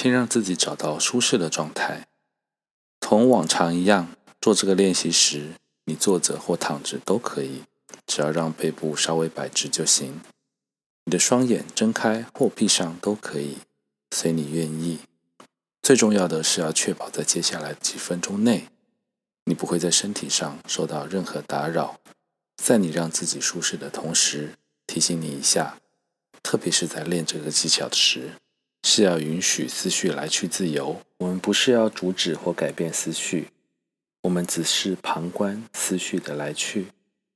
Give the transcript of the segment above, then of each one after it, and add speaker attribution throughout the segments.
Speaker 1: 先让自己找到舒适的状态，同往常一样，做这个练习时，你坐着或躺着都可以，只要让背部稍微摆直就行。你的双眼睁开或闭上都可以，随你愿意。最重要的是要确保在接下来几分钟内，你不会在身体上受到任何打扰。在你让自己舒适的同时，提醒你一下，特别是在练这个技巧时，是要允许思绪来去自由。我们不是要阻止或改变思绪，我们只是旁观思绪的来去。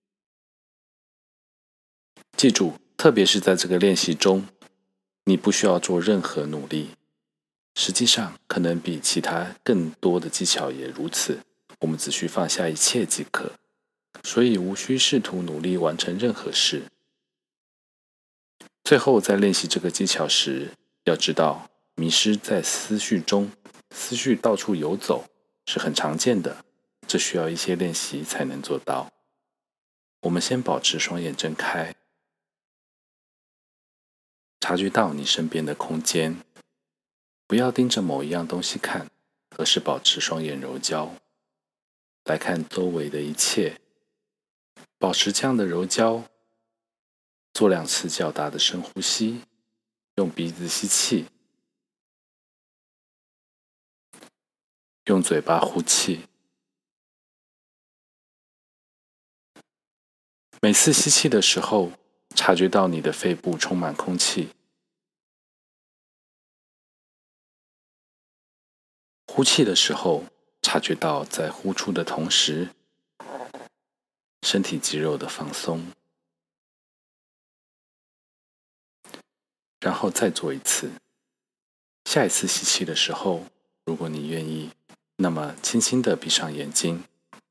Speaker 1: 记住，特别是在这个练习中，你不需要做任何努力。实际上，可能比其他更多的技巧也如此。我们只需放下一切即可，所以无需试图努力完成任何事。最后，在练习这个技巧时，要知道，迷失在思绪中，思绪到处游走是很常见的，这需要一些练习才能做到。我们先保持双眼睁开，察觉到你身边的空间，不要盯着某一样东西看，而是保持双眼柔焦，来看周围的一切。保持这样的柔焦，做2次较大的深呼吸，用鼻子吸气，用嘴巴呼气。每次吸气的时候，察觉到你的肺部充满空气。呼气的时候，察觉到在呼出的同时，身体肌肉的放松。然后再做一次。下一次吸气的时候，如果你愿意，那么轻轻地闭上眼睛。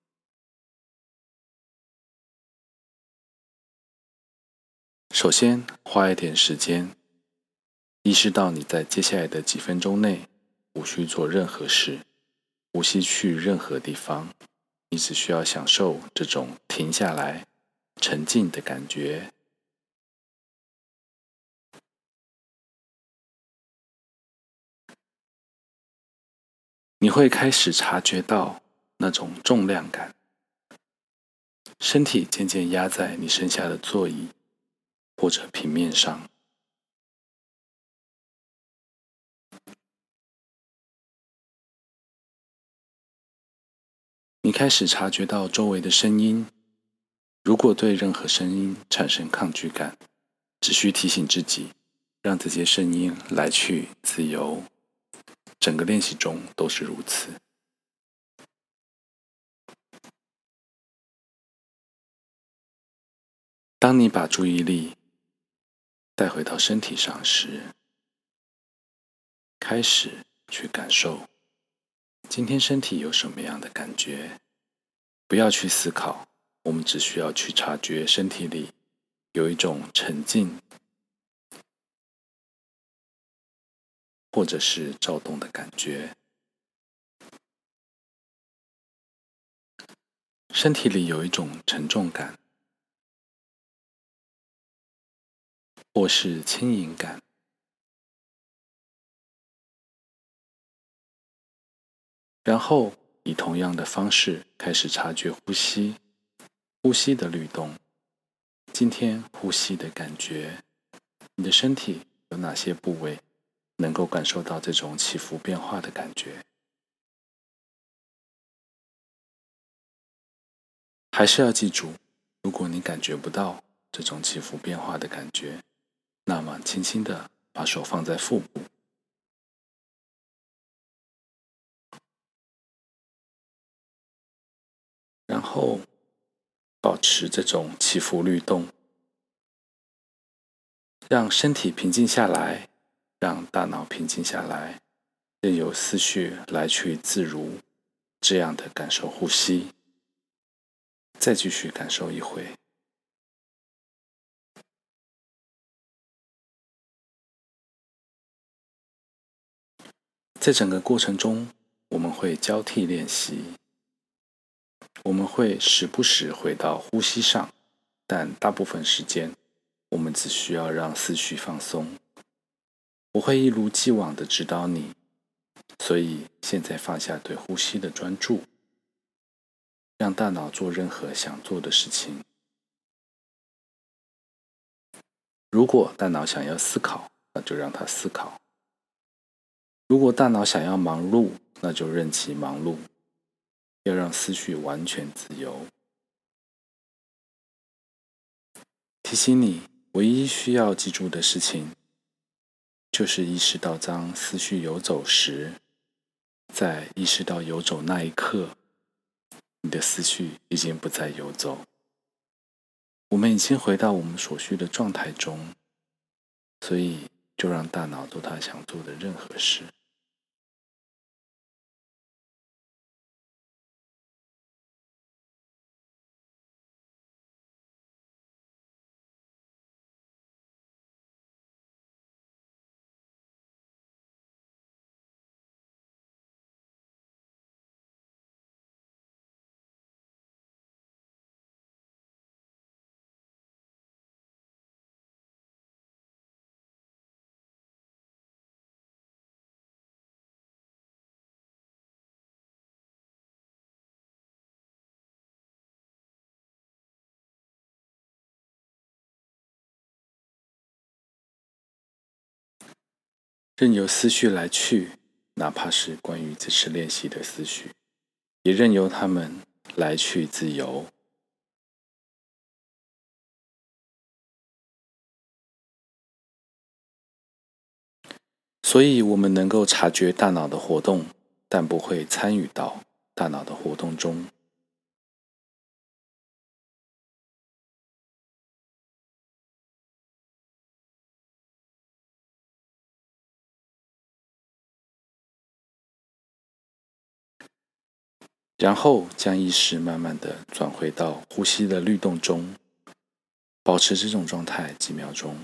Speaker 1: 首先，花一点时间，意识到你在接下来的几分钟内无需做任何事，无需去任何地方，你只需要享受这种停下来、沉静的感觉。你会开始察觉到那种重量感，身体渐渐压在你身下的座椅或者平面上。你开始察觉到周围的声音，如果对任何声音产生抗拒感，只需提醒自己，让这些声音来去自由。整个练习中都是如此。当你把注意力带回到身体上时，开始去感受今天身体有什么样的感觉。不要去思考，我们只需要去察觉身体里有一种沉静或者是躁动的感觉。身体里有一种沉重感或是轻盈感。然后以同样的方式开始察觉呼吸，呼吸的律动，今天呼吸的感觉，你的身体有哪些部位能够感受到这种起伏变化的感觉？还是要记住，如果你感觉不到这种起伏变化的感觉，那么轻轻地把手放在腹部，然后保持这种起伏律动，让身体平静下来，让大脑平静下来，任由思绪来去自如，这样的感受呼吸。再继续感受一回。在整个过程中，我们会交替练习，我们会时不时回到呼吸上，但大部分时间，我们只需要让思绪放松。我会一如既往地指导你， 所以现在放下对呼吸的专注，让大脑做任何想做的事情。如果大脑想要思考，那就让它思考；如果大脑想要忙碌，那就任其忙碌，要让思绪完全自由。提醒你，唯一需要记住的事情，就是意识到当思绪游走时，在意识到游走那一刻，你的思绪已经不再游走。我们已经回到我们所需的状态中，所以就让大脑做它想做的任何事。任由思绪来去，哪怕是关于这次练习的思绪，也任由它们来去自由。所以我们能够察觉大脑的活动，但不会参与到大脑的活动中。然后将意识慢慢地转回到呼吸的律动中，保持这种状态几秒钟，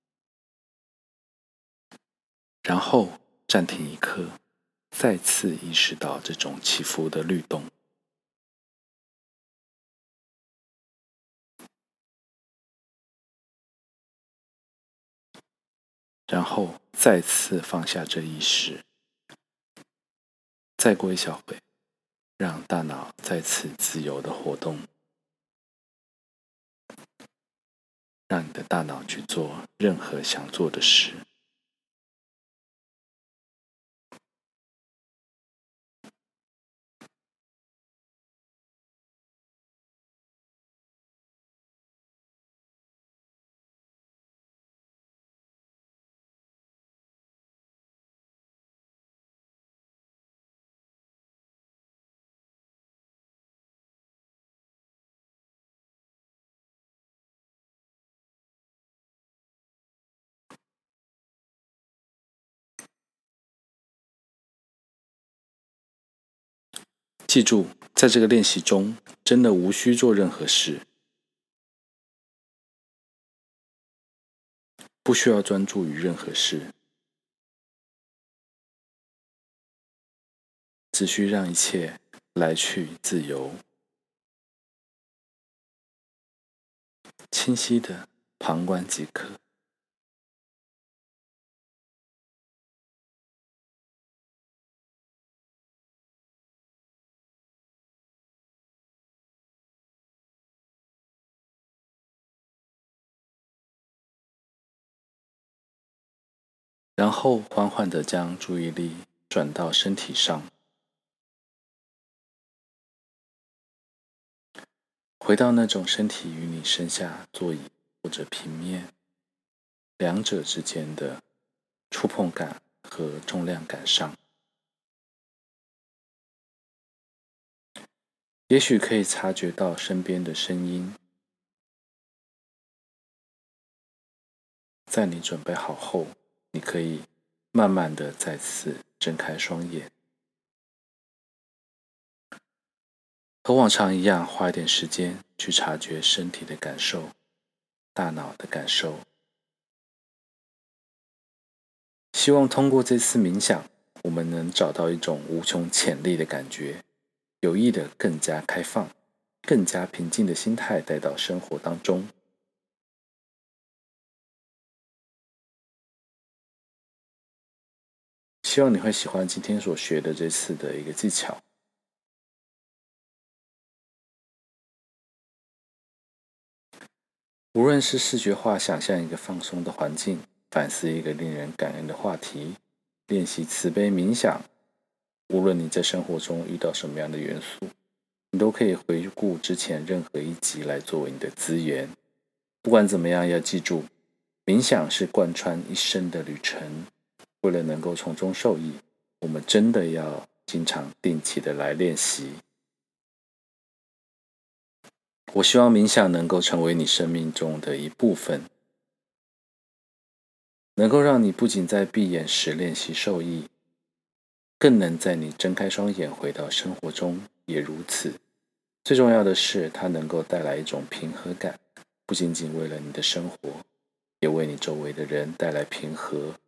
Speaker 1: 然后暂停一刻，再次意识到这种起伏的律动，然后再次放下这意识，再过一小会，让大脑再次自由的活动，让你的大脑去做任何想做的事。记住，在这个练习中，真的无需做任何事，不需要专注于任何事，只需让一切来去自由，清晰的旁观即可。然后缓缓地将注意力转到身体上，回到那种身体与你身下座椅或者平面两者之间的触碰感和重量感上。也许可以察觉到身边的声音。在你准备好后，你可以慢慢地再次睁开双眼，和往常一样花一点时间去察觉身体的感受、大脑的感受。希望通过这次冥想，我们能找到一种无穷潜力的感觉，有意的更加开放、更加平静的心态带到生活当中。 希望你会喜欢今天所学的这次的一个技巧。无论是视觉化想象一个放松的环境，反思一个令人感恩的话题，练习慈悲冥想，无论你在生活中遇到什么样的元素，你都可以回顾之前任何一集来作为你的资源。不管怎么样，要记住，冥想是贯穿一生的旅程。为了能够从中受益，我们真的要经常定期的来练习。我希望冥想能够成为你生命中的一部分，能够让你不仅在闭眼时练习受益，更能在你睁开双眼回到生活中也如此。最重要的是，它能够带来一种平和感，不仅仅为了你的生活，也为你周围的人带来平和